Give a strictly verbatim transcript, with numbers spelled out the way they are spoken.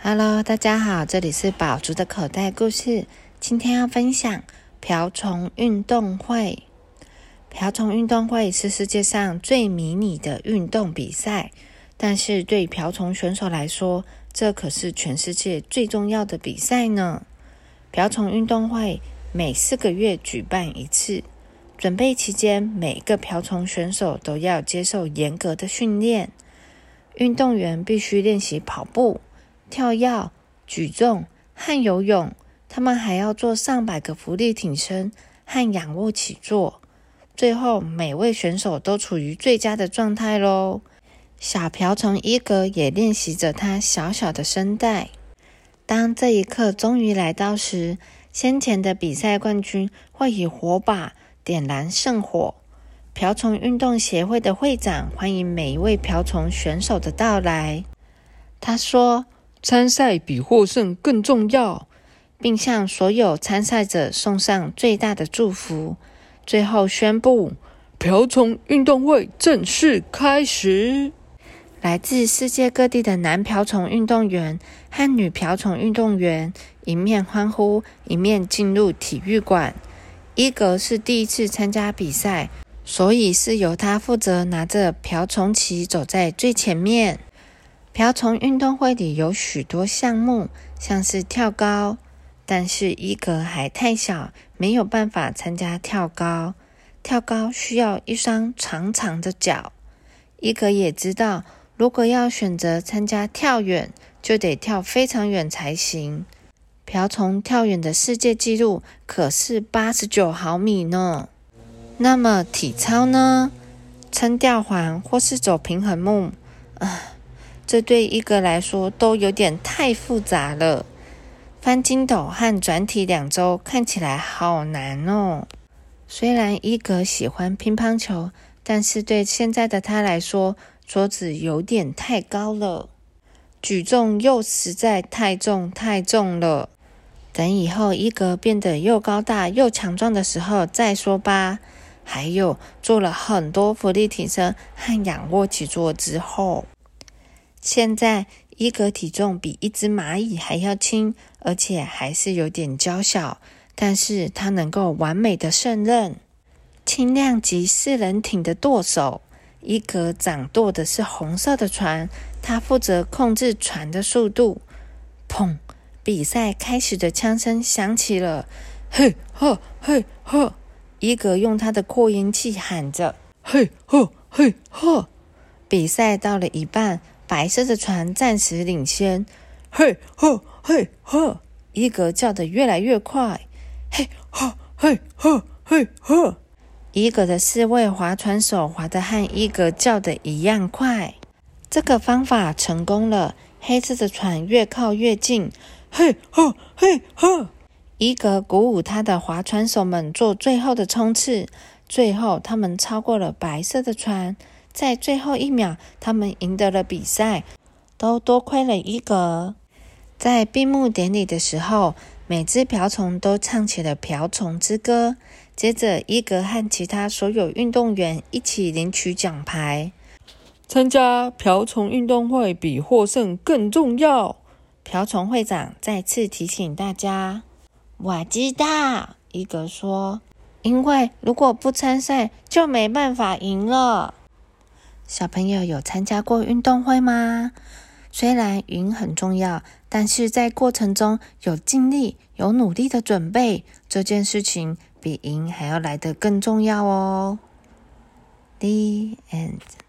Hello， 大家好，这里是宝竹的口袋故事。今天要分享瓢虫运动会。瓢虫运动会是世界上最迷你的运动比赛，但是对瓢虫选手来说，这可是全世界最重要的比赛呢。瓢虫运动会每四个月举办一次，准备期间每个瓢虫选手都要接受严格的训练。运动员必须练习跑步、跳跃、举重和游泳，他们还要做上百个伏地挺身和仰卧起坐。最后，每位选手都处于最佳的状态咯。小瓢虫伊格也练习着他小小的声带。当这一刻终于来到时，先前的比赛冠军会以火把点燃圣火。瓢虫运动协会的会长欢迎每一位瓢虫选手的到来。他说，参赛比获胜更重要，并向所有参赛者送上最大的祝福。最后宣布，瓢虫运动会正式开始。来自世界各地的男瓢虫运动员和女瓢虫运动员一面欢呼，一面进入体育馆。伊格是第一次参加比赛，所以是由他负责拿着瓢虫旗走在最前面。瓢虫运动会里有许多项目，像是跳高，但是伊格还太小，没有办法参加跳高。跳高需要一双长长的脚。伊格也知道，如果要选择参加跳远，就得跳非常远才行。瓢虫跳远的世界纪录可是八十九毫米呢。那么体操呢？撑吊环或是走平衡木，啊，这对伊格来说都有点太复杂了。翻筋斗和转体两周看起来好难哦。虽然伊格喜欢乒乓球，但是对现在的他来说，桌子有点太高了。举重又实在太重太重了。等以后伊格变得又高大又强壮的时候再说吧。还有做了很多伏地挺身和仰卧起坐之后，现在伊格体重比一只蚂蚁还要轻，而且还是有点娇小，但是他能够完美的胜任。轻量级四人艇的舵手，伊格掌舵的是红色的船，他负责控制船的速度。砰！比赛开始的枪声响起了，嘿呵嘿呵！伊格用他的扩音器喊着，嘿呵嘿呵！比赛到了一半，白色的船暂时领先，嘿呵嘿呵！伊格叫得越来越快，嘿呵嘿呵嘿呵！伊格的四位划船手划得和伊格叫得一样快。这个方法成功了，黑色的船越靠越近，嘿呵嘿呵！伊格鼓舞他的划船手们做最后的冲刺，最后他们超过了白色的船，在最后一秒他们赢得了比赛，都多亏了伊格。在闭幕典礼的时候，每只瓢虫都唱起了瓢虫之歌，接着伊格和其他所有运动员一起领取奖牌。参加瓢虫运动会比获胜更重要，瓢虫会长再次提醒大家。我知道，伊格说，因为如果不参赛就没办法赢了。小朋友有参加过运动会吗？虽然赢很重要，但是在过程中有尽力、有努力的准备，这件事情比赢还要来得更重要哦。The end.